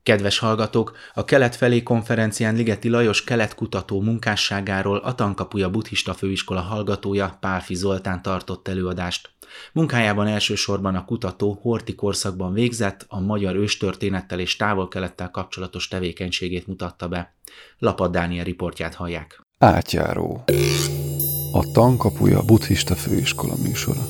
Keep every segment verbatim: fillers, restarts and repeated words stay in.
Kedves hallgatók, a Kelet felé konferencián Ligeti Lajos keletkutató munkásságáról a Tankapuja Buddhista Főiskola hallgatója, Pálffy Zoltán tartott előadást. Munkájában elsősorban a kutató horthy korszakban végzett, a magyar őstörténettel és távol-kelettel kapcsolatos tevékenységét mutatta be. Lapad Dániel riportját hallják. Átjáró. A Tankapuja Buddhista Főiskola műsora.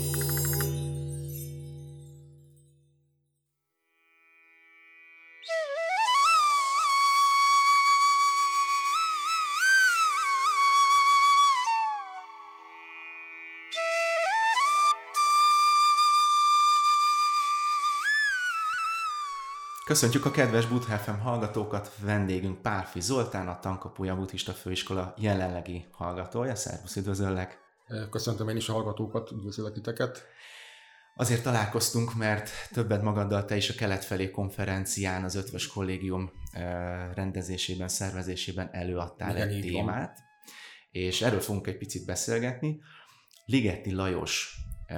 Köszöntjük a kedves Buddha ef em hallgatókat, vendégünk Pálffy Zoltán, a Tankapuja Buddhista Főiskola jelenlegi hallgatója. Szervusz, üdvözöllek! Köszöntöm én is a hallgatókat, üdvözöllek titeket! Azért találkoztunk, mert többet magaddal te is a Kelet felé konferencián az Ötvös Kollégium rendezésében, szervezésében előadtál Igen, egy témát, van. És erről fogunk egy picit beszélgetni. Ligeti Lajos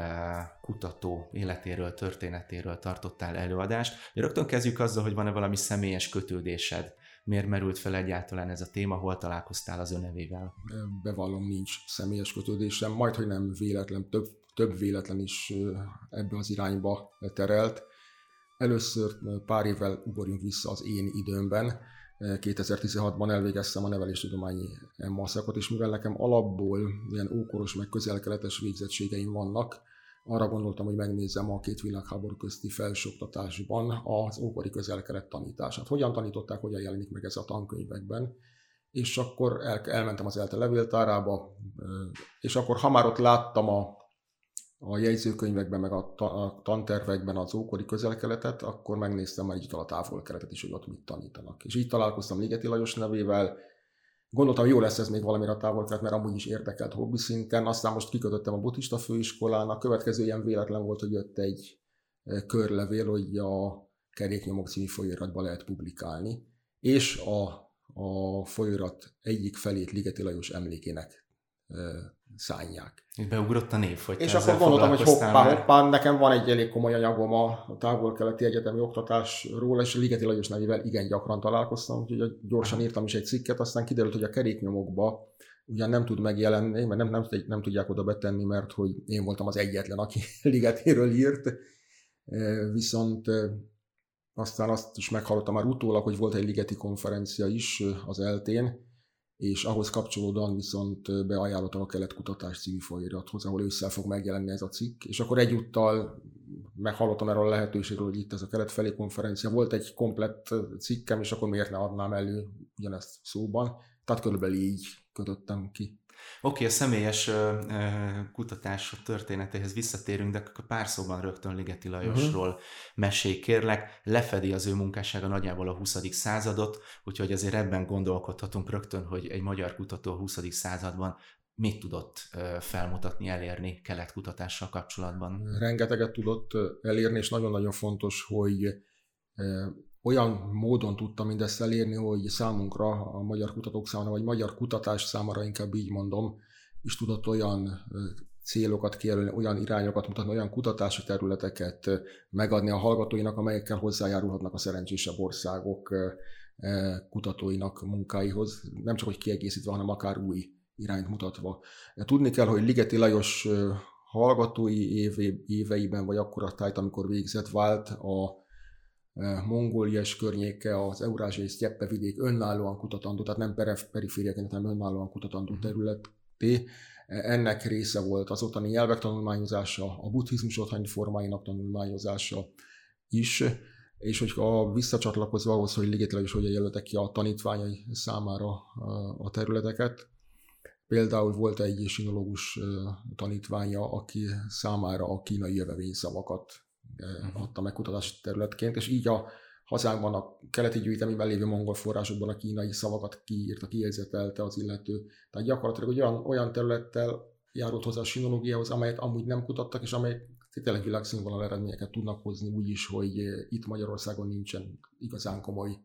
kutató életéről, történetéről tartottál előadást. Rögtön kezdjük azzal, hogy van-e valami személyes kötődésed. Miért merült fel egyáltalán ez a téma, hol találkoztál az önevével? Bevallom, nincs személyes kötődésem, majdhogy nem véletlen, több, több véletlen is ebbe az irányba terelt. Először pár évvel ugorjunk vissza az én időmben. kétezer-tizenhatban elvégeztem a neveléstudományi em á szakot, és mivel nekem alapból ilyen ókoros meg közel-keletes végzettségeim vannak, arra gondoltam, hogy megnézem a két világháború közti felsőoktatásban az ókori közel-kelet tanítását. Hogyan tanították, hogyan jelenik meg ez a tankönyvekben. És akkor el, elmentem az ELTE levéltárába, és akkor ha már ott láttam a, a jegyzőkönyvekben, meg a, ta, a tantervekben az ókori közel-keletet, akkor megnéztem már így a távol-keletet is, hogy ott mit tanítanak. És így találkoztam Ligeti Lajos nevével. Gondoltam, jó lesz ez még valamire a távol-kelet, mert amúgy is érdekelt hobbi szinten. Aztán most kikötöttem a buddhista főiskolán. A következő ilyen véletlen volt, hogy jött egy körlevél, hogy a Keréknyomok című folyóiratba lehet publikálni. És a, a folyóirat egyik felét Ligeti Lajos emlékének szánják. Itt beugrott a név, hogy és akkor gondoltam, hogy hoppá, hoppá, nekem van egy elég komoly anyagom a távol-keleti egyetemi oktatásról, és Ligeti Lajos nevével igen gyakran találkoztam, úgyhogy gyorsan írtam is egy cikket, aztán kiderült, hogy a Keréknyomokba ugyan nem tud megjelenni, mert nem, nem, nem tudják oda betenni, mert hogy én voltam az egyetlen, aki Ligetiről írt, viszont aztán azt is meghallottam már utólag, hogy volt egy ligeti konferencia is az eltén, és ahhoz kapcsolódóan viszont beajánlottam a Keletkutatás című folyóirathoz, ahol ősszel fog megjelenni ez a cikk, és akkor egyúttal meghallottam erről a lehetőségről, hogy itt ez a Kelet felé konferencia. Volt egy komplett cikkem, és akkor miért ne adnám elő ugyanezt szóban. Tehát körülbelül így kötöttem ki. Oké, okay, a személyes uh, kutatás történetéhez visszatérünk, de akkor pár szóban rögtön Ligeti Lajosról uh-huh. mesélj, kérlek. Lefedi az ő munkássága nagyjából a huszadik századot, úgyhogy azért ebben gondolkodhatunk rögtön, hogy egy magyar kutató a huszadik században mit tudott uh, felmutatni, elérni keletkutatással kapcsolatban. Rengeteget tudott elérni, és nagyon-nagyon fontos, hogy uh, olyan módon tudta mindezt elérni, hogy számunkra, a magyar kutatók számára, vagy magyar kutatás számára, inkább így mondom, is tudott olyan célokat kijelölni, olyan irányokat mutatni, olyan kutatási területeket megadni a hallgatóinak, amelyekkel hozzájárulhatnak a szerencsésebb országok kutatóinak munkáihoz, nem csak hogy kiegészítve, hanem akár új irányt mutatva. Tudni kell, hogy Ligeti Lajos hallgatói éve, éveiben, vagy akkor a tájt, amikor végzett, vált a Mongólia és környéke, az eurázsiai sztyeppe-vidék önállóan kutatandó, tehát nem perifériaként, hanem önállóan kutatandó területé. Ennek része volt az ottani nyelvek tanulmányozása, a buddhizmus otthoni formáinak tanulmányozása is, és hogy a visszacsatlakozva ahhoz, hogy Ligeti Lajos hogyan jelölte ki a tanítványai számára a területeket. Például volt egy sinológus tanítványa, aki számára a kínai jövevényszavakat adta meg kutatási területként, és így a hazánkban a keleti gyűjteményben lévő mongol forrásokban a kínai szavakat kiírta, kijegyzetelte az illető. Tehát gyakorlatilag olyan, olyan területtel járult hozzá a sinológiához, amelyet amúgy nem kutattak, és amelyek tényleg világszínvonal eredményeket tudnak hozni, úgyis, hogy itt Magyarországon nincsen igazán komoly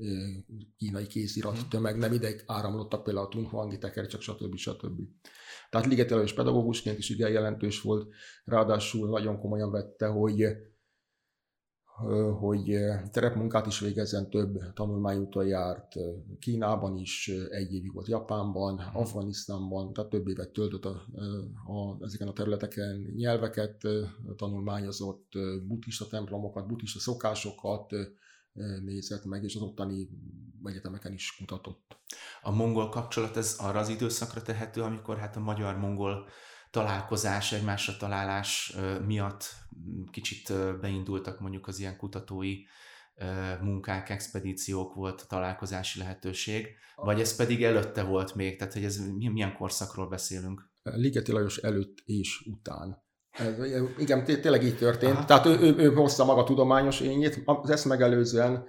kínai kézirat tömeg, nem ideig áramlottak például a tunhuangi tekercsek, stb. stb. Tehát Ligeti Lajos pedagógusként is igen jelentős volt, ráadásul nagyon komolyan vette, hogy hogy terepmunkát is végezzen, több tanulmányúton járt, Kínában is, egy évig volt Japánban, Afganisztánban, tehát több évet töltött a, a, ezeken a területeken, nyelveket tanulmányozott, buddhista templomokat, buddhista szokásokat nézett meg, és az ottani egyetemeken is kutatott. A mongol kapcsolat ez arra az időszakra tehető, amikor hát a magyar-mongol találkozás, egymásra találás miatt kicsit beindultak mondjuk az ilyen kutatói munkák, expedíciók, volt a találkozási lehetőség, vagy ez pedig előtte volt még, tehát hogy ez milyen korszakról beszélünk? Ligeti Lajos előtt és után. Igen, tényleg így történt. Aha. Tehát ő, ő, ő hozta maga tudományos ényét, ezt megelőzően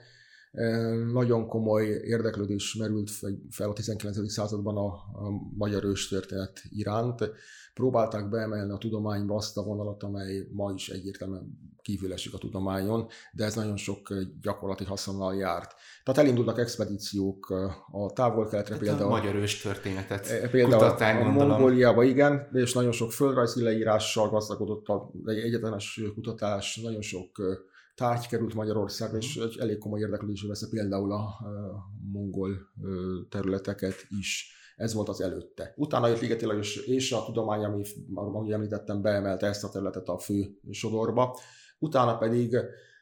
nagyon komoly érdeklődés merült fel a tizenkilencedik században a, a magyar őstörténet iránt. Próbálták beemelni a tudományba azt a vonalat, amely ma is egyértelműen kívül esik a tudományon, de ez nagyon sok gyakorlati haszonnal járt. Tehát elindultak expedíciók a távol-keletre, hát például a magyar őstörténetet például kutatán, a gondolom. Mongóliába, igen, és nagyon sok földrajzi leírással gazdagodott egy egyetemes kutatás, nagyon sok tárgy került Magyarországra, és egy elég komoly érdeklődésre vesz például a mongol területeket is. Ez volt az előtte. Utána jött Ligeti Lajos és a tudomány, ami, ahogy említettem, beemelte ezt a területet a fő sodorba. Utána pedig,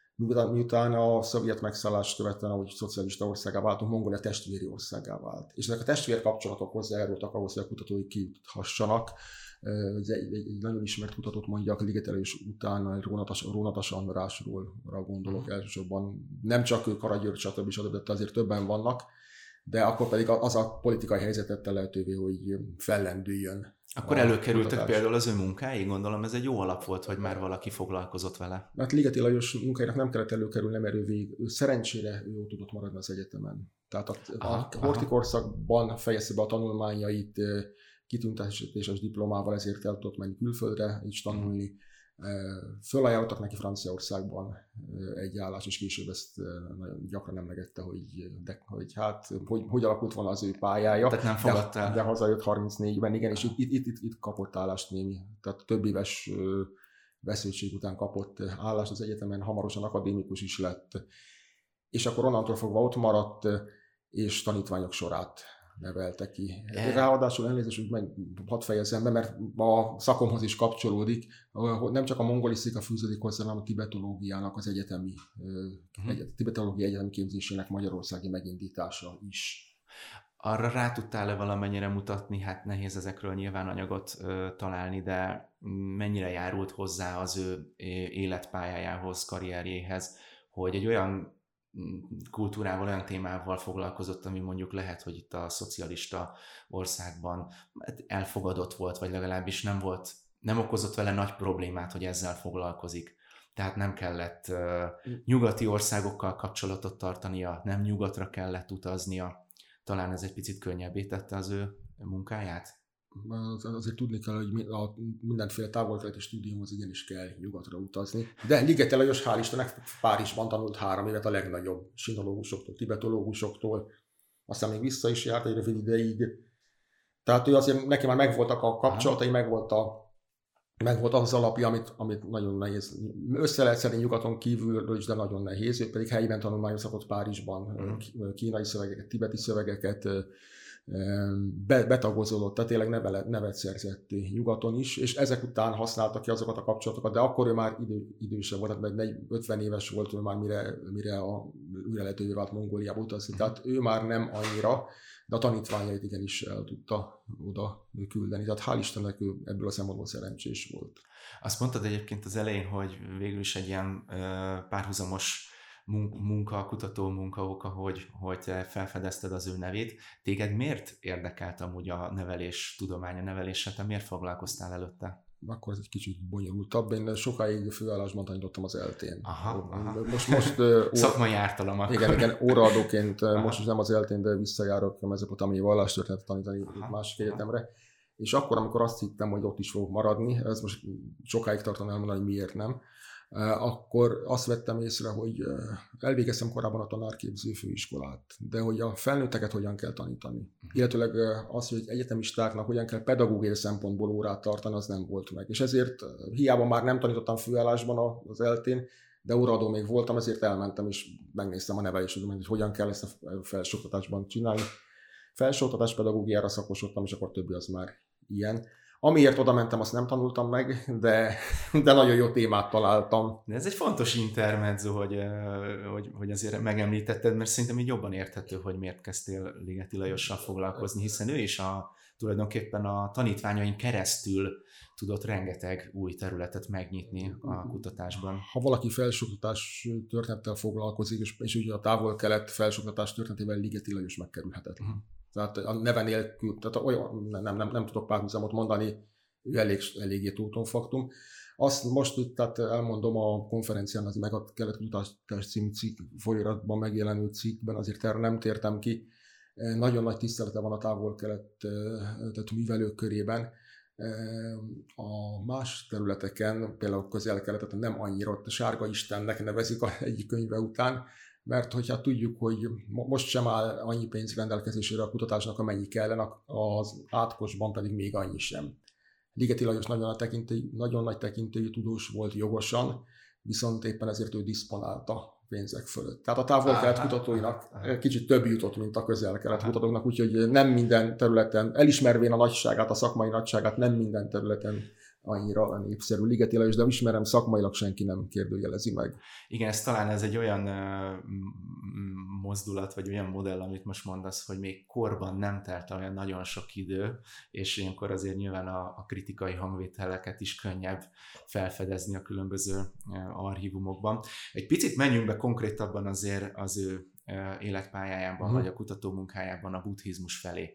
miután a szovjet megszállást követően, ahogy szocialista országá váltunk, Mongólia testvéri országá vált. És ezek a testvér kapcsolatok hozzájárultak ahhoz, hogy a kutatói kijuthassanak. Egy, egy, egy nagyon ismert kutatót mondjak, Ligeti Lajos után Rónatas, Rónatas Andrásról gondolok uh-huh. elsősorban. Nem csak ő, Karagyörgy, stb. stb. Azért többen vannak, de akkor pedig az a politikai helyzet tette lehetővé, hogy fellendüljön. Akkor előkerültek kutatás. Például az ő munkái, gondolom ez egy jó alap volt, hogy már valaki foglalkozott vele. Mert Ligeti Lajos munkáinak nem kellett előkerülni, mert ő, vég, ő szerencsére ő ott tudott maradni az egyetemen. Tehát a, aha, a hortikorszakban fejezte be a tanulmányait, kitüntetéses diplomával, ezért el tudott menni külföldre is tanulni. Fölajánlottak neki Franciaországban egy állás, és később ezt nagyon gyakran emlegette, hogy, de, hogy hát, hogy, hogy alakult volna az ő pályája. Tehát nem fogadta el. De, de hazajött harmincnégyben, igen, és itt, itt, itt, itt kapott állást némi. Tehát több éves veszőség után kapott állást az egyetemen, hamarosan akadémikus is lett. És akkor onnantól fogva ott maradt, és tanítványok sorát nevelte ki. Ráadásul elnézést, hogy meg hadd fejezzem be, mert a szakomhoz is kapcsolódik, nem csak a mongolisztika fűződik hozzá, hanem a tibetológiának az egyetemi, uh-huh. egy, tibetológia egyetemi képzésének magyarországi megindítása is. Arra rá tudtál-e valamennyire mutatni, hát nehéz ezekről nyilván anyagot ö, találni, de mennyire járult hozzá az ő életpályájához, karrierjéhez, hogy egy olyan kultúrával, olyan témával foglalkozott, ami mondjuk lehet, hogy itt a szocialista országban elfogadott volt, vagy legalábbis nem volt, nem okozott vele nagy problémát, hogy ezzel foglalkozik. Tehát nem kellett uh, nyugati országokkal kapcsolatot tartania, nem nyugatra kellett utaznia. Talán ez egy picit könnyebbé tette az ő munkáját? Azért tudni kell, hogy a mindenféle távol-keleti stúdiumhoz igenis kell nyugatra utazni. De Ligeti Lajos, hál' Istennek, Párizsban tanult három évet a legnagyobb sinológusoktól, tibetológusoktól, aztán még vissza is járt egy rövid ideig. Tehát ő azért, neki már megvoltak a kapcsolatai, megvolt, a, megvolt az alapja, amit, amit nagyon nehéz. Össze lehet szedni nyugaton kívülről is, de nagyon nehéz. Ő pedig helyben tanulmányozhatott Párizsban uh-huh. kínai szövegeket, tibeti szövegeket, betagozódott, tehát tényleg nevet, nevet szerzett nyugaton is, és ezek után használta ki azokat a kapcsolatokat, de akkor ő már idő, idősebb volt, tehát ötven éves volt ő már, mire, mire a újra lehetővé vált Mongóliába utazni, tehát ő már nem annyira, de a tanítványait igenis el tudta oda küldeni, tehát hál' Istennek ő ebből a szempontból szerencsés volt. Azt mondtad egyébként az elején, hogy végül is egy ilyen párhuzamos munka, kutató munka oka, hogy, hogy felfedezted az ő nevét. Téged miért érdekelt amúgy a nevelés tudománya, neveléssel? Te miért foglalkoztál előtte? Akkor ez egy kicsit bonyolultabb. Én sokáig főállásban tanítottam az eltén. Aha, aha. Most, most, óra... Szakmai ártalom akkor. Igen, igen, óraadóként, aha. Most is nem az eltén, de visszajárok a mezőpotámiai vallástörténetet tanítani aha, másik aha. egyetemre. És akkor, amikor azt hittem, hogy ott is fog maradni, ez most sokáig tartana elmondani, hogy miért nem, akkor azt vettem észre, hogy elvégeztem korábban a tanárképző főiskolát, de hogy a felnőtteket hogyan kell tanítani. Uh-huh. Illetőleg az, hogy egyetemistáknak hogyan kell pedagógiai szempontból órát tartani, az nem volt meg. És ezért hiába már nem tanítottam főállásban az eltén, de óraadó még voltam, ezért elmentem, és megnéztem a nevelést, hogy hogyan kell ezt a felsőoktatásban csinálni. Felsőoktatás pedagógiára szakosodtam, és akkor többi az már ilyen. Amiért oda mentem, azt nem tanultam meg, de, de nagyon jó témát találtam. De ez egy fontos intermezzo, hogy, hogy, hogy azért megemlítetted, mert szerintem így jobban érthető, hogy miért kezdtél Ligeti Lajossal foglalkozni, hiszen ő is a, tulajdonképpen a tanítványain keresztül tudott rengeteg új területet megnyitni a kutatásban. Ha valaki felsőoktatás történettel foglalkozik, és, és ugye a távol-kelet felsőoktatás történetével Ligeti Lajos megkerülhetetlen. Uh-huh. Tehát a neve nélkül, tehát olyan, nem, nem, nem tudok párhuzamot mondani, ő elég, eléggé túlton faktum. Azt most itt tehát elmondom a konferencián, az meg a kelet-kutatás című cikk, folyiratban megjelenő cikkben, azért erre nem tértem ki. Nagyon nagy tisztelete van a távol-kelet tehát művelők körében. A más területeken, például közel-keletet nem annyira, ott a Sárga Istennek nevezik egyik könyve után, mert hogyha tudjuk, hogy most sem áll annyi pénz rendelkezésére a kutatásnak, amennyi kellene, az átkosban pedig még annyi sem. Ligeti Lajos nagyon, nagyon nagy tekintélyű tudós volt jogosan, viszont éppen ezért ő diszponálta pénzek fölött. Tehát a távol-kelet kutatóinak kicsit több jutott, mint a közel-kelet kutatóknak, úgyhogy nem minden területen, elismervén a nagyságát, a szakmai nagyságát, nem minden területen annyira népszerű Ligeti Lajos, de ismerem, szakmailag senki nem kérdőjelezi meg. Igen, ez talán ez egy olyan uh, mozdulat, vagy olyan modell, amit most mondasz, hogy még korban nem telt olyan nagyon sok idő, és ilyenkor azért nyilván a, a kritikai hangvételeket is könnyebb felfedezni a különböző uh, archívumokban. Egy picit menjünk be konkrétabban azért az ő uh, életpályájában, uh-huh. vagy a kutatómunkájában a buddhizmus felé.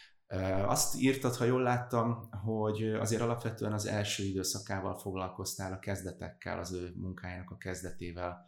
Azt írtad, ha jól láttam, hogy azért alapvetően az első időszakával foglalkoztál, a kezdetekkel, az ő munkájának a kezdetével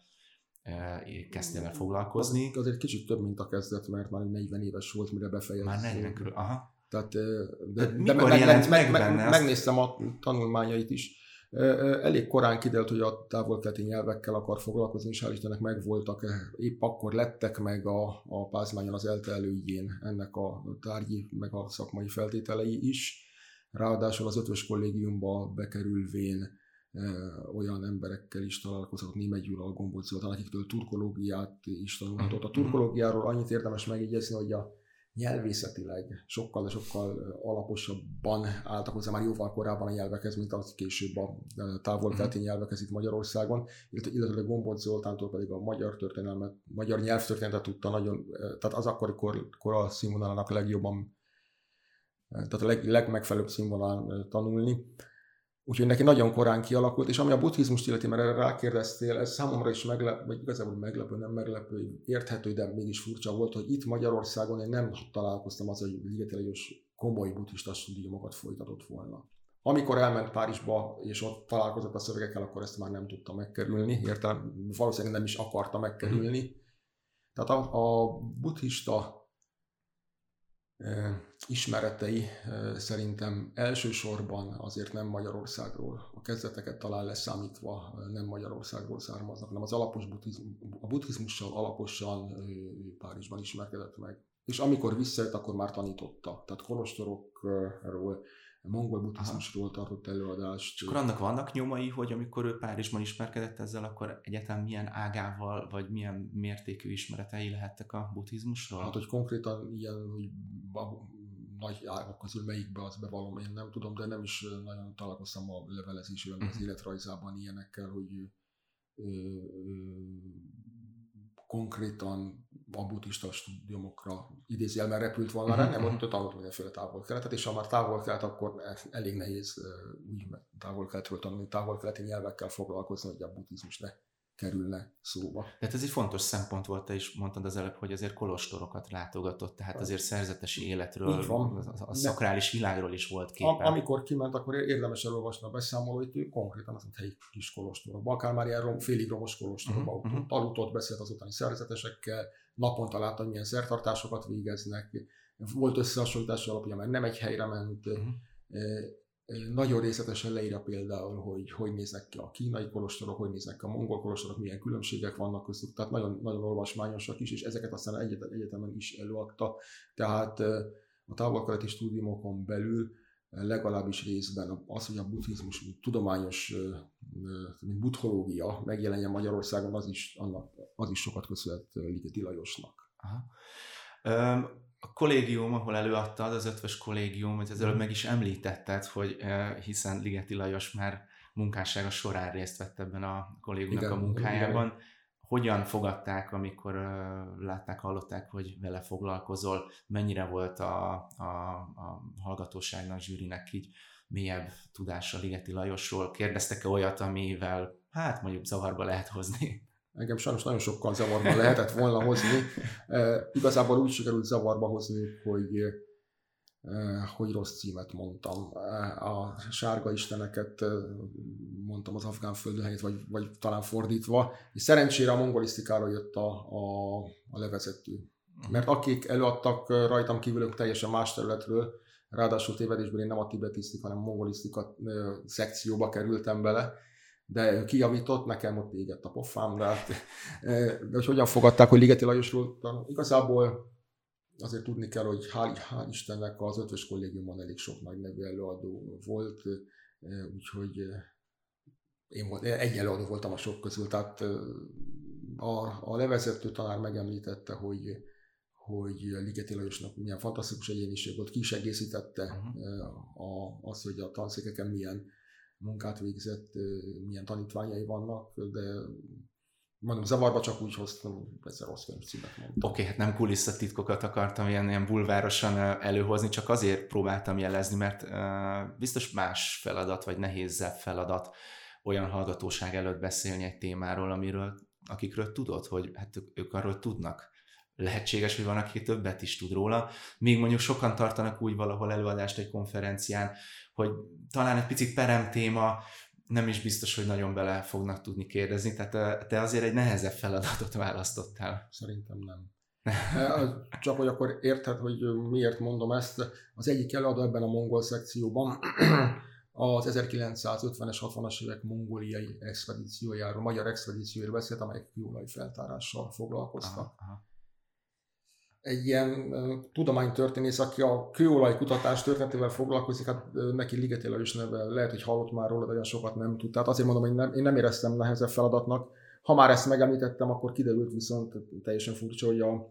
kezdtél el foglalkozni. Azért kicsit több, mint a kezdet, mert már negyven éves volt, mire befejezett. Már negyven körül, aha. Tehát, de, de, de mikor jelent meg, meg benne? Megnéztem a tanulmányait is. Elég korán kiderült, hogy a távol-keleti nyelvekkel akar foglalkozni, és hál' Istennek megvoltak, épp akkor lettek meg a, a Pázmányon az ELTE elődjén ennek a tárgyi, meg a szakmai feltételei is. Ráadásul az ötvös kollégiumba bekerülvén e, olyan emberekkel is találkozott, Németh Gyula, Gombóc Zoltán, akiktől turkológiát is tanulhatott. A turkológiáról annyit érdemes megjegyezni, hogy a nyelvészetileg sokkal, de sokkal alaposabban álltak hozzá már jóval korábban a nyelvekhez, mint az később a távol-keleti mm. nyelvekhez itt Magyarországon, illetve Gombóc Zoltántól pedig a magyar történelmet, magyar nyelvtörténetet tudta nagyon, tehát az akkori kor, kora színvonalának legjobban, tehát a leg, legmegfelelőbb színvonalán tanulni. Úgyhogy neki nagyon korán kialakult, és ami a buddhizmust illeti, mert erre rákérdeztél, ez számomra is meglepő, vagy igazából meglepő, nem meglepő, érthető, de mégis furcsa volt, hogy itt Magyarországon én nem találkoztam az, hogy Ligeti Lajos komoly buddhista stúdiumokat folytatott volna. Amikor elment Párizsba, és ott találkozott a szövegekkel, akkor ezt már nem tudta megkerülni, értem, valószínűleg nem is akarta megkerülni. Tehát a, a buddhista ismeretei szerintem elsősorban azért nem Magyarországról, a kezdeteket talán leszámítva nem Magyarországról származnak, hanem az alapos buddhizm, a buddhizmussal alaposan Párizsban ismerkedett meg. És amikor visszajött, akkor már tanította. Tehát kolostorokról, mongol buddhizmusról tartott előadást. És akkor annak vannak nyomai, hogy amikor ő Párizsban ismerkedett ezzel, akkor egyáltalán milyen ágával, vagy milyen mértékű ismeretei lehettek a buddhizmusról? Hát, hogy konkrétan ilyen, hogy nagy ágak közül melyikbe, az bevallom, én nem tudom, de nem is nagyon találkoztam a levelezésében, uh-huh. az életrajzában ilyenekkel, hogy ö, ö, konkrétan a buddhista stúdiumokra idézőjelben repült volna rá, nem ott tanult mindenféle távol-keletet, és ha már távol-kelet, akkor elég nehéz úgy távol-keletről tanulni, távol-keleti nyelvekkel foglalkozni, hogy a buddhizmus ne kerülne szóba. Tehát ez egy fontos szempont volt, te is mondtad az előbb, hogy azért kolostorokat látogatott, tehát azért szerzetesi életről, a, a szakrális világról is volt képe. Am- amikor kiment, akkor érdemes elolvasni a beszámolóit, ő konkrétan az helyi kis kolostorokban, akár már ilyen rom, félig romos kolostorokban uh-huh, uh-huh. alutott, beszélt az ottani szerzetesekkel, naponta látta, milyen szertartásokat végeznek, volt összehasonlítás alapja, mert nem egy helyre ment, uh-huh. Nagyon részletesen leírja például, hogy hogy néznek ki a kínai kolostorok, hogy néznek ki a mongol kolostorok, milyen különbségek vannak köztük, tehát nagyon, nagyon olvasmányosak is, és ezeket aztán egyetemen is előadta. Tehát a távol-keleti stúdiumokon belül legalábbis részben az, hogy a buddhizmus, mint tudományos, mint buddhológia megjelenjen Magyarországon, az is, annak, az is sokat köszönhet Ligeti Lajosnak. Aha. A kollégium, ahol előadtad, az Ötvös kollégium, hogy az előbb meg is említetted, hogy hiszen Ligeti Lajos már munkássága során részt vett ebben a kollégiumnak igen, a munkájában. Igen. Hogyan fogadták, amikor uh, látták, hallották, hogy vele foglalkozol? Mennyire volt a, a, a hallgatóságnak, zsűrinek így mélyebb tudása Ligeti Lajosról? Kérdeztek-e olyat, amivel hát mondjuk zavarba lehet hozni? Engem sajnos nagyon sokkal zavarba lehetett volna hozni. E, igazából úgy sikerült zavarba hozni, hogy, e, hogy rossz címet mondtam. A sárga isteneket mondtam az afgán földön helyett, vagy, vagy talán fordítva. És szerencsére a mongolisztikára jött a, a, a levezető. Mert akik előadtak rajtam kívülök teljesen más területről, ráadásul tévedésből én nem a tibetisztika, hanem a mongolisztika szekcióba kerültem bele, de kijavított, nekem ott égett a pofám, de, hát, de hogy hogyan fogadták, hogy Ligeti Lajosról, igazából azért tudni kell, hogy hál', hál' Istennek az Ötvös kollégiumban elég sok nagy nevű előadó volt, úgyhogy én volt, egy előadó voltam a sok közül, tehát a, a levezető tanár megemlítette, hogy, hogy Ligeti Lajosnak milyen fantasztikus egyéniség volt, ki is egészítette uh-huh. a, azt, hogy a tanszékeken milyen munkát végzett, milyen tanítványai vannak, de mondom, zavarba csak úgy hoztam, ezzel rossz címet mondtam. Oké, okay, hát nem kulisszatitkokat akartam ilyen, ilyen bulvárosan előhozni, csak azért próbáltam jelezni, mert uh, biztos más feladat, vagy nehézebb feladat olyan hallgatóság előtt beszélni egy témáról, amiről, akikről tudod, hogy hát ők, ők arról tudnak. Lehetséges, hogy van, aki többet is tud róla. Még mondjuk sokan tartanak úgy valahol előadást egy konferencián, hogy talán egy picit peremtéma, nem is biztos, hogy nagyon bele fognak tudni kérdezni, tehát te azért egy nehezebb feladatot választottál. Szerintem nem. Csak hogy akkor érted, hogy miért mondom ezt. Az egyik előadó ebben a mongol szekcióban az ezerkilencszázötvenes, hatvanas évek mongóliai expedíciójáról, magyar expedíciójáról beszélt, amelyek kőolaj feltárással foglalkoztak. Aha, aha. Egy ilyen uh, tudománytörténész, aki a kőolaj kutatás történetével foglalkozik, hát uh, neki Ligeti Lajos neve, lehet, hogy hallott már róla, de olyan sokat nem tud. Tehát azért mondom, hogy nem, én nem éreztem nehezebb feladatnak. Ha már ezt megemlítettem, akkor kiderült viszont teljesen furcsa, hogy a,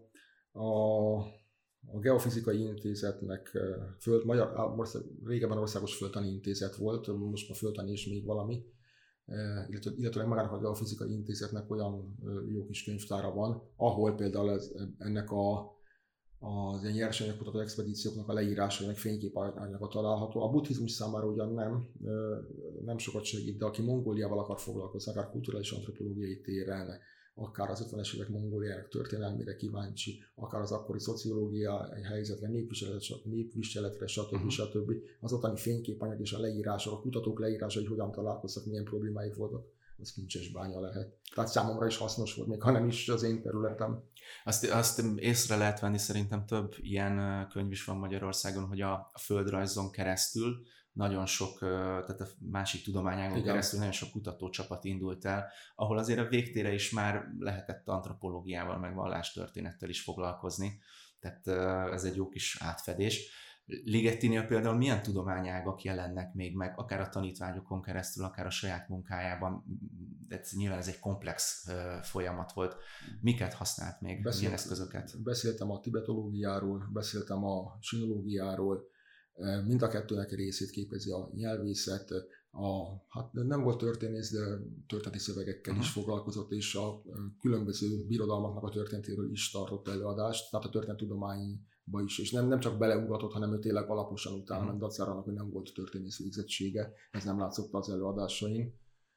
a, a Geofizikai Intézetnek, föld, Magyar, ország, régebben Országos Földtani Intézet volt, most a Földtani és még valami, illetve, illetve magának a Geofizikai Intézetnek olyan jó kis könyvtára van, ahol például ez, ennek a az ilyen nyersanyagkutató expedícióknak a leírásainak fényképanyaga található. A buddhizmus számára ugyan nem, nem sokat segít, de aki Mongóliával akar foglalkozni, akár kulturális antropológiai téren, akár az ötvenes évek Mongóliának történelmére kíváncsi, akár az akkori szociológiai helyzetre, népviseletre, népviseletre stb. Uh-huh. stb. Az ottani fényképanyag és a leírások, a kutatók leírásai, hogy hogyan találkoztak, milyen problémáik voltak, az kincses bánya lehet. Tehát számomra is hasznos volt, még ha nem is az én területem. Azt, azt észre lehet venni, szerintem több ilyen könyv is van Magyarországon, hogy a, a földrajzon keresztül nagyon sok, tehát a másik tudományágon igen. keresztül nagyon sok kutatócsapat indult el, ahol azért a végtére is már lehetett antropológiával, meg vallástörténettel is foglalkozni. Tehát ez egy jó kis átfedés. Ligetinél például milyen tudományágak jelennek még meg, akár a tanítványokon keresztül, akár a saját munkájában, de nyilván ez egy komplex folyamat volt. Miket használt még, Beszélt, milyen eszközöket? Beszéltem a tibetológiáról, beszéltem a sinológiáról, mind a kettőnek részét képezi a nyelvészet, a, hát nem volt történész, de történeti szövegekkel uh-huh. is foglalkozott, és a különböző birodalmaknak a történetéről is tartott előadást, tehát a történettudományba is, és nem, nem csak beleugatott, hanem ő tényleg alaposan utána, uh-huh. dacára annak, hogy nem volt történész végzettsége, ez nem látszott az előadásain.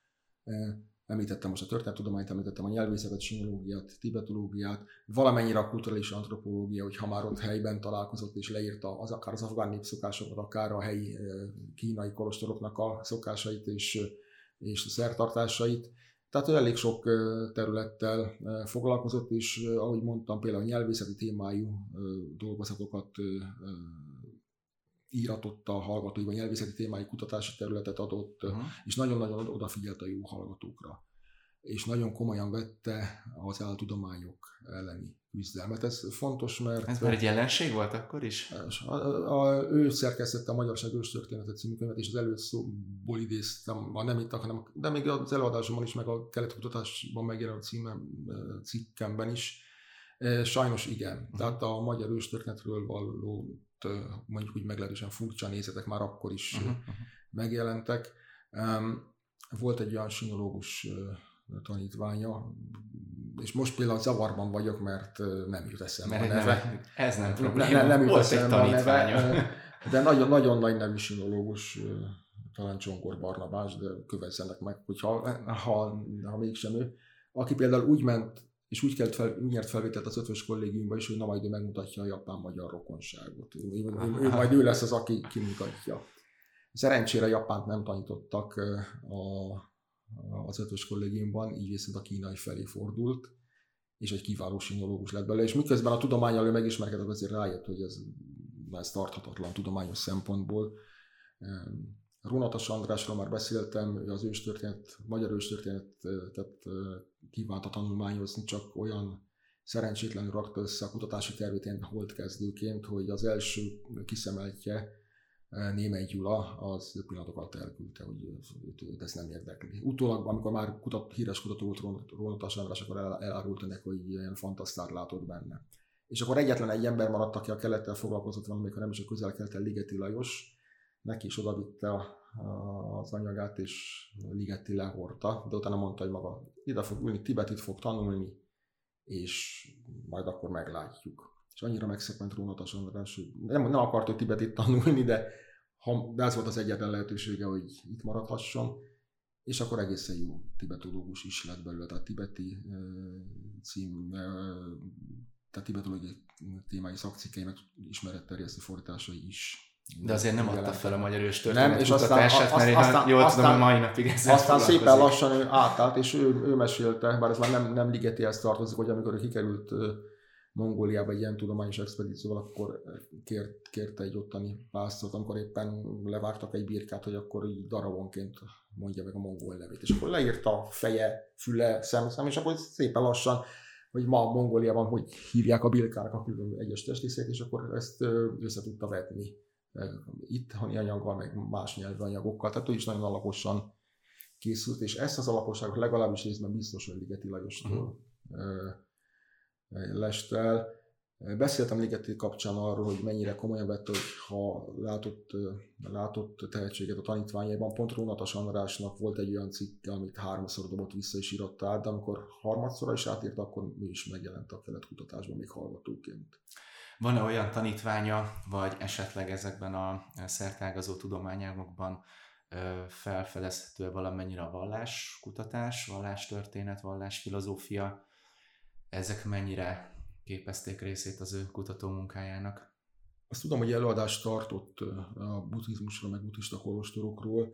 Említettem most a történettudományt, említettem a nyelvészetet, sinológiát, tibetológiát, valamennyire a kulturális antropológia, hogy ha már ott helyben találkozott és leírta az, akár az afgán népszokásokat, akár a helyi kínai kolostoroknak a szokásait és, és a szertartásait. Tehát elég sok területtel foglalkozott, és ahogy mondtam, például a nyelvészeti témájú dolgozatokat íratott a hallgatóiban, nyelvészeti témájú kutatási területet adott, uh-huh. és nagyon-nagyon odafigyelt a jó hallgatókra. És nagyon komolyan vette az áltudományok elleni küzdelmet. Ez fontos, mert... Ez már egy jelenség volt akkor is? A, a, a, ő szerkesztette a Magyarság őstörténete című könyvet, és az előszóból idéztem, ma nem itt, hanem, de még az előadásomban is, meg a keletkutatásban megjelenő címe, cikkemben is. Sajnos igen. Uh-huh. Tehát a magyar őstörténetről való, mondjuk úgy meglehetősen furcsa nézetek már akkor is uh-huh. megjelentek. Volt egy olyan sinológus tanítványa, és most például zavarban vagyok, mert nem jut eszembe a neve. Ez nem probléma. Nem, nem jut eszembe a neve, de nagyon, nagyon nagy nevű sinológus, talán Csonkor Barnabás, de kövezzenek meg, hogyha ha, ha mégsem ő, aki például úgy ment, és úgy, kelt fel, úgy nyert felvételt az ötvös kollégiumban is, hogy na majd ő megmutatja a japán-magyar rokonságot. Ő, ő, ő, majd ő lesz az, aki kimutatja. Szerencsére Japánt nem tanítottak a, az ötvös kollégiumban, így viszont a kínai felé fordult, és egy kiváló sinológus lett belőle, és miközben a tudománnyal ő megismerkedett, azért rájött, hogy ez, ez tarthatatlan tudományos szempontból. Rónatas Andrásról már beszéltem, ő az őstörténet, magyar őstörténetet kívánta tanulmányozni, csak olyan szerencsétlenül rakta össze a kutatási tervét ilyen holdkezdőként, hogy az első kiszemeltje, Németh Gyula, az pillanatok alatt elküldte, hogy őt ez nem érdekli. Utólag, amikor már kutat, híres kutató volt Rónatas András, akkor elárulta neki, hogy ilyen fantasztát látott benne. És akkor egyetlen egy ember maradt, aki a kelettel foglalkozott valamikor nem is a közel-keleten, Ligeti Lajos, neki is odavitte az anyagát, és Ligeti lehordta, de utána mondta, hogy maga ide fog ülni, Tibetit fog tanulni, és majd akkor meglátjuk. És annyira megszökkent Rónatas András, hogy nem, nem akart, hogy Tibetit tanulni, de, ha, de ez volt az egyetlen lehetősége, hogy itt maradhasson, és akkor egészen jó tibetológus is lett belőle, tehát tibeti e, cím, e, tehát tibetológiai témái, szakcikkei, meg ismeret terjesztő fordításai is. De azért nem adta fel a magyar őstörténet kutatását, mert én aztán, jól tudom, hogy mai napig ezzel aztán szépen lassan ő átállt, és ő, ő mesélte, bár ez már nem, nem Ligetihez tartozik, hogy amikor ő kikerült Mongóliába egy ilyen tudományos expedícióval, akkor kért, kérte egy ottani pásztort, amikor éppen levágtak egy birkát, hogy akkor így darabonként mondja meg a mongol nevét. És akkor leírta feje, füle, szemszám, és akkor szépen lassan, hogy ma Mongóliában hogy hívják a birkának a külön egyes testrészét, és akkor ezt össze tudta vetni itthoni anyaggal, meg más nyelvű anyagokkal. Tehát ő is nagyon alaposan készült, és ezt az alaposságot legalábbis részben biztos, hogy Ligeti Lajostól uh-huh. lest el. Beszéltem Ligeti kapcsán arról, hogy mennyire komolyan vette, hogy ha látott, látott tehetséget a tanítványaiban. Pont Rónatas Andrásnak volt egy olyan cikke, amit háromszor dobott vissza és írotta át, de amikor harmadszorra is átírta, akkor ő is megjelent a keletkutatásban még hallgatóként. Van-e olyan tanítványa, vagy esetleg ezekben a szertágazó tudományágokban felfedezhető valamennyire a valláskutatás, vallástörténet, vallásfilozófia? Ezek mennyire képezték részét az ő kutatómunkájának? Azt tudom, hogy előadást tartott a buddhizmusról, meg buddhista kolostorokról,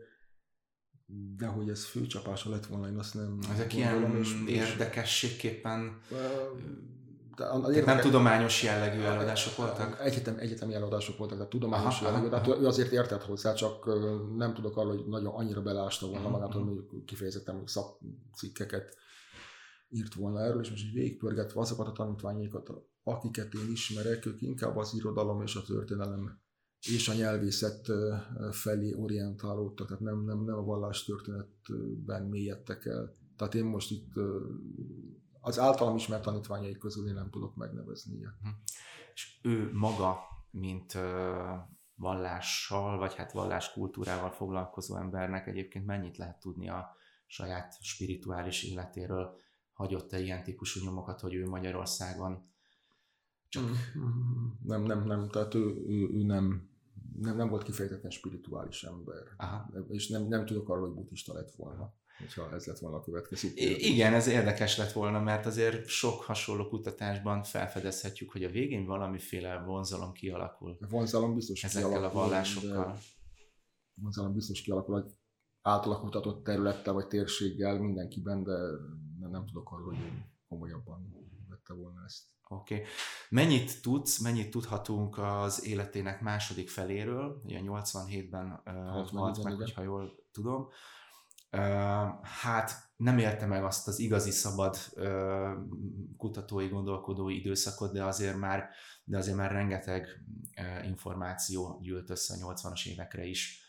de hogy ez főcsapása lett volna, én azt nem... Ezek ilyen és érdekességképpen... De érdeke... Nem tudományos jellegű előadások voltak? Egyetem, egyetemi előadások voltak, tehát tudományos aha, jellegű, aha. Tehát ő azért értett hozzá, csak nem tudok arról, hogy nagyon annyira belásta volna uh-huh. magát, hogy kifejezetten hogy szakcikkeket írt volna erről, és most így végigpörgetve azokat a tanítványaikat, akiket én ismerek, ők inkább az irodalom és a történelem és a nyelvészet felé orientálódtak, tehát nem, nem, nem a vallástörténetben mélyedtek el. Tehát én most itt az általam ismert tanítványai közül én nem tudok megnevezni ilyet. És ő maga, mint vallással, vagy hát valláskultúrával foglalkozó embernek egyébként mennyit lehet tudni a saját spirituális életéről? Hagyott-e ilyen típusú nyomokat, hogy ő Magyarországon csak... Nem, nem, nem, tehát ő, ő, ő nem, nem, nem volt kifejezetten spirituális ember. Aha. És nem, nem tudok arról, hogy buddhista lett volna, hogyha ez lett volna a következő. Igen, ez érdekes lett volna, mert azért sok hasonló kutatásban felfedezhetjük, hogy a végén valamiféle vonzalom kialakul. Vonzalom biztos ezekkel kialakul. a vallásokkal. Vonzalom biztos kialakul, hogy általa kutatott területtel vagy térséggel mindenkiben, de nem tudok arról, hogy komolyabban vette volna ezt. Oké. Okay. Mennyit tudsz, mennyit tudhatunk az életének második feléről? Ugye nyolcvanhétben uh, halt meg, hogyha jól tudom. Hát nem élte meg azt az igazi szabad kutatói, gondolkodói időszakot, de azért már, de azért már rengeteg információ gyűlt össze a nyolcvanas évekre is.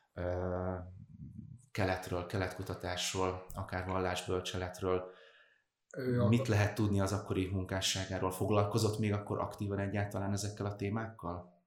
Keletről, keletkutatásról, akár vallásbölcseletről. Mit lehet tudni az akkori munkásságáról? Foglalkozott még akkor aktívan egyáltalán ezekkel a témákkal?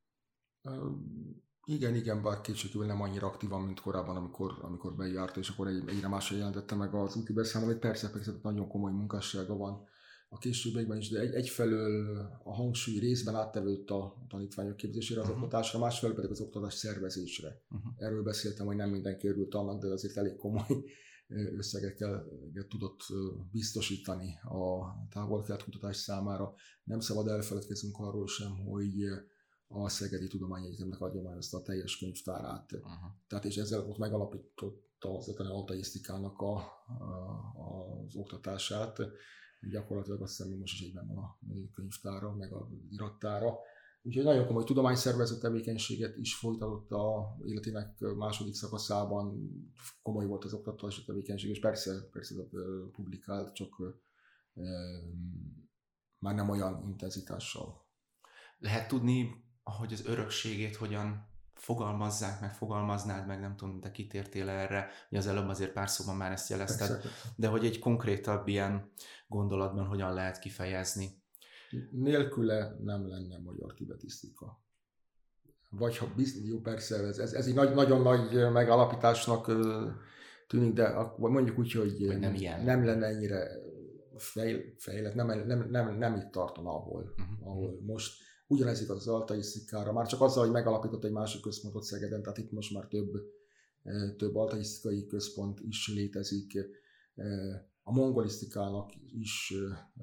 Igen, igen, bár kétségkívül nem annyira aktívan, mint korábban, amikor, amikor bejárt, és akkor egy, egyre másra jelentette meg az úti beszámolót. Persze, persze nagyon komoly munkássága van a későbbiekben is, de egy, egyfelől a hangsúly részben áttevődött a tanítványok képzésére, az uh-huh. oktatásra, másfelől pedig az oktatás szervezésre. Uh-huh. Erről beszéltem, hogy nem mindenki örült annak, de azért elég komoly összegekkel tudott biztosítani a távol-kelet kutatás számára. Nem szabad elfeledkeznünk arról sem, hogy a Szegedi Tudományegyetemnek adományozta a teljes könyvtárát. Uh-huh. Tehát és ezzel ott megalapította az ötven autaisztikának a, a, az oktatását. Gyakorlatilag azt hiszem, hogy most is egyben van a könyvtára, meg a irattára. Úgyhogy nagyon komoly tudományszervező tevékenységet is folytatott a életének második szakaszában. Komoly volt az oktatási tevékenység, és persze, persze publikált, csak e, már nem olyan intenzitással. Lehet tudni, hogy az örökségét hogyan fogalmazzák meg, fogalmaznád meg, nem tudom, te kitértél erre, hogy az előbb azért pár szóban már ezt jelezted, persze. De hogy egy konkrétabb ilyen gondolatban hogyan lehet kifejezni? Nélküle nem lenne magyar tibetisztika. Vagy ha biztos, jó persze, ez, ez, ez egy nagy, nagyon nagy megalapításnak tűnik, de akkor mondjuk úgy, hogy, hogy nem, nem lenne ennyire fejlett, nem, nem, nem, nem itt tartana, ahol, uh-huh. ahol most. Ugyanez igaz az altaisztikára, már csak azzal, hogy megalapított egy másik központot Szegeden, tehát itt most már több, több altaisztikai központ is létezik. A mongolisztikának is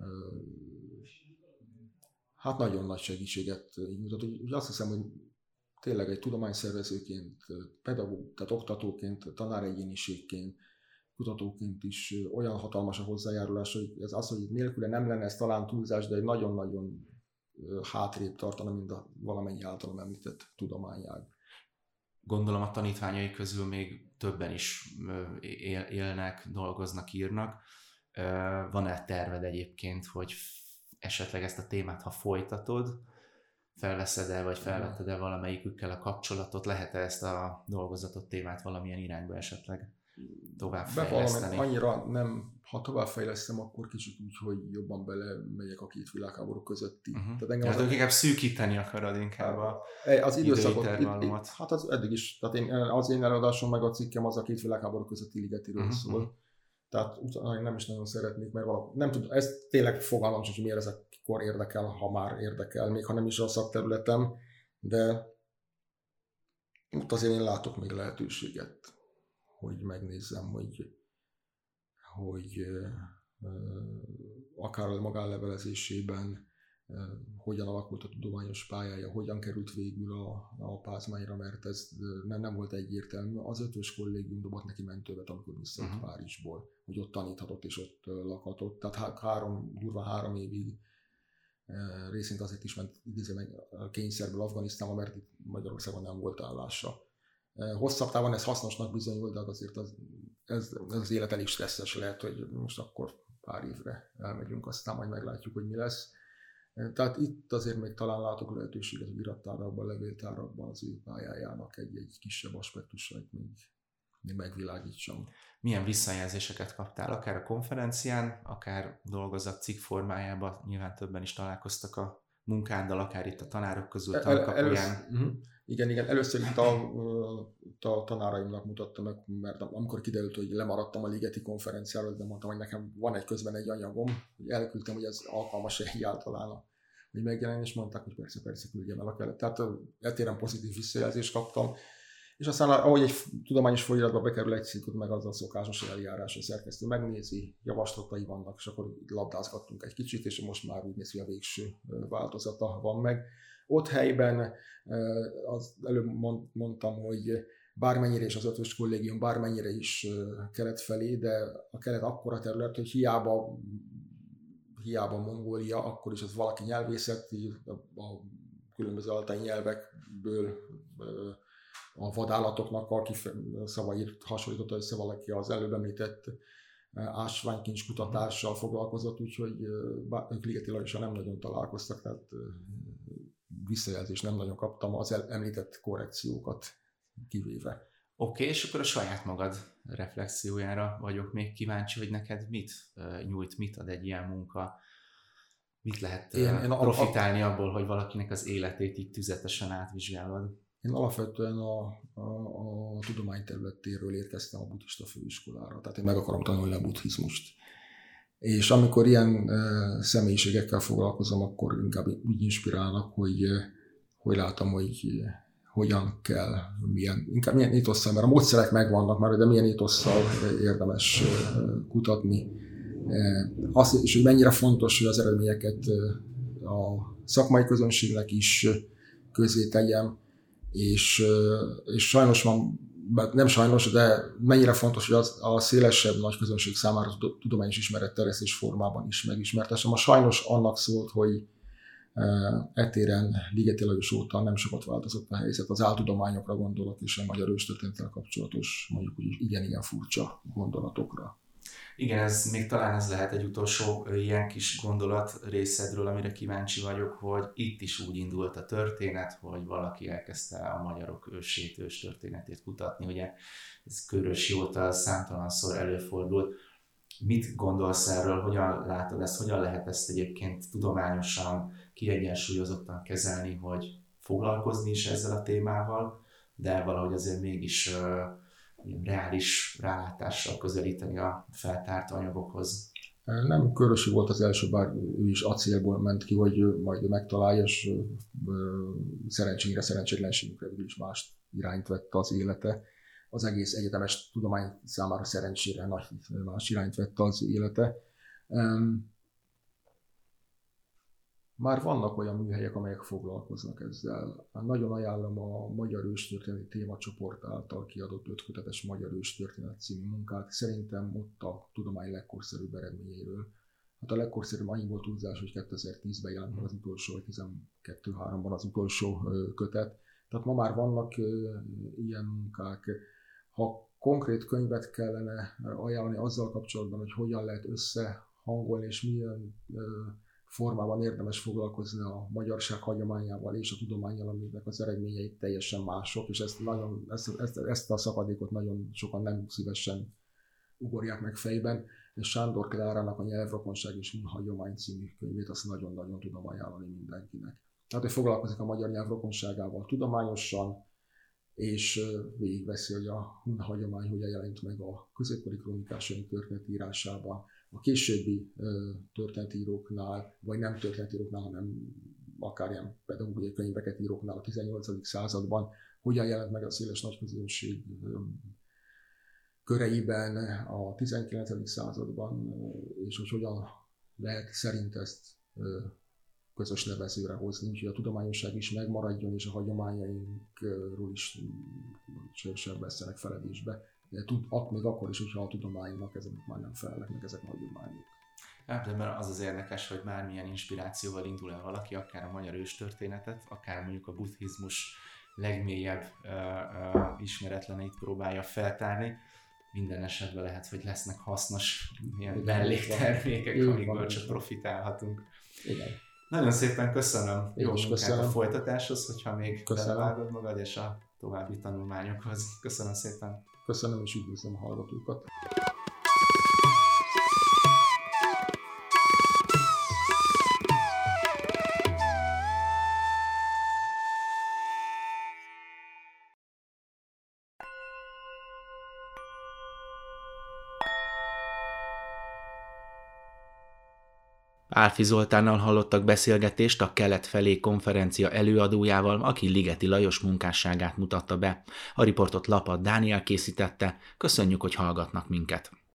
hát nagyon nagy segítséget nyújtott. Úgy azt hiszem, hogy tényleg egy tudományszervezőként, pedagóg, tehát oktatóként, tanáregyéniségként, kutatóként is olyan hatalmas a hozzájárulás, hogy ez az, hogy nélküle nem lenne, ez talán túlzás, de egy nagyon-nagyon hátrébb tartana, mint a valamennyi általam említett tudományág. Gondolom a tanítványai közül még többen is élnek, dolgoznak, írnak. Van-e terved egyébként, hogy esetleg ezt a témát, ha folytatod, felveszed-e, vagy felvetted-e valamelyikükkel a kapcsolatot, lehet-e ezt a dolgozatot, témát valamilyen irányba esetleg továbbfejleszteni? Annyira nem, ha továbbfejlesztem, akkor kicsit úgy, hogy jobban belemegyek a két világháború közötti. Uh-huh. Tehát engem hát az inkább szűkíteni akarod inkább a az időszakot. Itt, hát az eddig is. Tehát én, az én előadásom meg a cikkem az a két világháború közötti Ligetiről uh-huh. szól. Tehát utána nem is nagyon szeretnék, mert valami, nem tudom, ez tényleg fogalmam sem, hogy miért ezekor érdekel, ha már érdekel, még ha nem is a szakterületem, de ott azért én látok még lehetőséget, hogy megnézzem, hogy, hogy akár a magánlevelezésében hogyan alakult a tudományos pályája, hogyan került végül a, a Pázmányra, mert ez nem, nem volt egyértelmű. Az ötös kollégium dobott neki mentővet, amikor visszajött uh-huh. Párizsból, hogy ott taníthatott és ott lakhatott. Tehát három, durva három évig részint azért is ment idézőleg kényszerből Afganisztánba, mert itt Magyarországon nem volt állása. Hosszabb távon ez hasznosnak bizonyult, de azért az, ez, ez az élet elég stresszes lehet, hogy most akkor pár évre elmegyünk, aztán majd meglátjuk, hogy mi lesz. Tehát itt azért még talán látok lehetőséget, hogy irattárakban, levéltárakban az ő pályájának egy-egy kisebb aspektusait még, még megvilágítsam. Milyen visszajelzéseket kaptál, akár a konferencián, akár dolgozat cikk formájában, nyilván többen is találkoztak a munkáddal, akár itt a tanárok közül, tankapuján. Uh-huh. Igen, igen, először itt a, a tanáraimnak mutattam meg, mert amikor kiderült, hogy lemaradtam a Ligeti konferenciáról, de mondtam, hogy nekem van egy közben egy anyagom, hogy elküldtem, hogy ez alkalmas egyáltalán, hogy megjelenjen, és mondták, hogy persze, persze küldjem el a kellett. Tehát eltéren pozitív visszajelzést kaptam, és aztán ahogy egy tudományos folyóiratba bekerül egy cikkot, meg az a szokásos eljárás, a szerkesztő megnézi, javaslatai vannak, és akkor labdázgattunk egy kicsit, és most már úgy néz, hogy a végső változata van meg. Ott helyben az előbb mondtam, hogy bármennyire is az ötös kollégium, bármennyire is kelet felé, de a kelet akkora terület, hogy hiába, hiába Mongólia, akkor is az valaki nyelvészet, a különböző altai nyelvekből a vadállatoknak a szavait hasonlította össze valaki az előbb említett ásványkincs kutatással foglalkozott, úgyhogy ők Ligeti Lajossal nem nagyon találkoztak, tehát visszajelzést nem nagyon kaptam, az említett korrekciókat kivéve. Oké, okay, és akkor a saját magad reflexiójára vagyok még kíváncsi, hogy neked mit nyújt, mit ad egy ilyen munka, mit lehet én, én profitálni a, a, abból, hogy valakinek az életét így tüzetesen átvizsgálod? Én alapvetően a, a, a tudományterületéről érkeztem a buddhista főiskolára, tehát én meg akarom tanulni a buddhizmust. És amikor ilyen e, személyiségekkel foglalkozom, akkor inkább úgy inspirálnak, hogy, hogy látom, hogy hogyan kell, milyen, inkább milyen étosszal, mert a módszerek megvannak már, de milyen étosszal érdemes kutatni. Azt, és hogy mennyire fontos, hogy az eredményeket a szakmai közönségnek is közé tegyem, és, és sajnos van, nem sajnos, de mennyire fontos, hogy az, a szélesebb nagy közönség számára a tudományos ismeretterjesztés formában is megismertessem. A sajnos annak szólt, hogy etéren Ligeti Lajos óta nem sokat változott a helyzet. Az áltudományokra gondolok, és a magyar őstörténettel kapcsolatos, mondjuk úgy igen-igen furcsa gondolatokra. Igen, ez még talán ez lehet egy utolsó ilyen kis gondolat részedről, amire kíváncsi vagyok, hogy itt is úgy indult a történet, hogy valaki elkezdte a magyarok ősét, őstörténetét kutatni. Ugye ez Körösi óta számtalanszor előfordult. Mit gondolsz erről, hogyan látod ezt, hogyan lehet ezt egyébként tudományosan, kiegyensúlyozottan kezelni, hogy foglalkozni is ezzel a témával, de valahogy azért mégis uh, reális rálátással közelíteni a feltárt anyagokhoz? Nem Körösi volt az első, bár ő is acélból ment ki, hogy majd megtalálja, és szerencsénkre, szerencsétlenségünkre is más irányt vett az élete. Az egész egyetemes tudomány számára szerencsére nagy más irányt vett az élete. Már vannak olyan műhelyek, amelyek foglalkoznak ezzel. Nagyon ajánlom a Magyar Őstörténeti Témacsoport által kiadott ötkötetes Magyar Őstörténet című munkát. Szerintem ott a tudomány legkorszerűbb eredményeiről. Hát a legkorszerűbb annyiból túlzás, hogy kétezer-tízben jelent meg az utolsó, vagy tizenkettő háromban az utolsó kötet. Tehát ma már vannak ilyen munkák. Ha konkrét könyvet kellene ajánlani azzal kapcsolatban, hogy hogyan lehet összehangolni, és milyen formában érdemes foglalkozni a magyarság hagyományával és a tudománnyal, aminek az eredményei teljesen mások, és ezt, nagyon, ezt, ezt, ezt a szakadékot nagyon sokan nem szívesen ugorják meg fejben, és Sándor Klárának a Nyelvrokonság és Hagyomány című könyvét azt nagyon-nagyon tudom ajánlani mindenkinek. Tehát, hogy foglalkozik a magyar nyelv rokonságával tudományosan, és végigveszi, hogy a hun hagyomány hogyan jelent meg a középkori krónikásaink történetírásában, a későbbi történetíróknál, vagy nem történetíróknál, hanem akár ilyen pedagógiai könyveket íróknál a tizennyolcadik században, hogyan jelent meg a széles nagyközönség köreiben a tizenkilencedik században, és hogy hogyan lehet szerint ezt közös nevezőre hozni, úgyhogy a tudományosság is megmaradjon, és a hagyományainkról is sem vesztenek feledésbe. De tud, még akkor is, hogyha a tudománynak ezek már nem felelnek, meg ezek a hagyományok. Hát, de mert az az érdekes, hogy bármilyen inspirációval indul el valaki, akár a magyar őstörténetet, akár mondjuk a buddhizmus legmélyebb uh, uh, ismeretleneit próbálja feltárni, minden esetben lehet, hogy lesznek hasznos ilyen melléktermékek, amikből csak profitálhatunk. Igen. Nagyon szépen köszönöm. Én Jó munkát köszönöm. A folytatáshoz, hogyha még belevágod magad, és a további tanulmányokhoz. Köszönöm szépen. Köszönöm, és üdvözlöm a hallgatókat. Pálffy Zoltánnal hallottak beszélgetést a Kelet felé konferencia előadójával, aki Ligeti Lajos munkásságát mutatta be. A riportot Lapad Dániel készítette, köszönjük, hogy hallgatnak minket.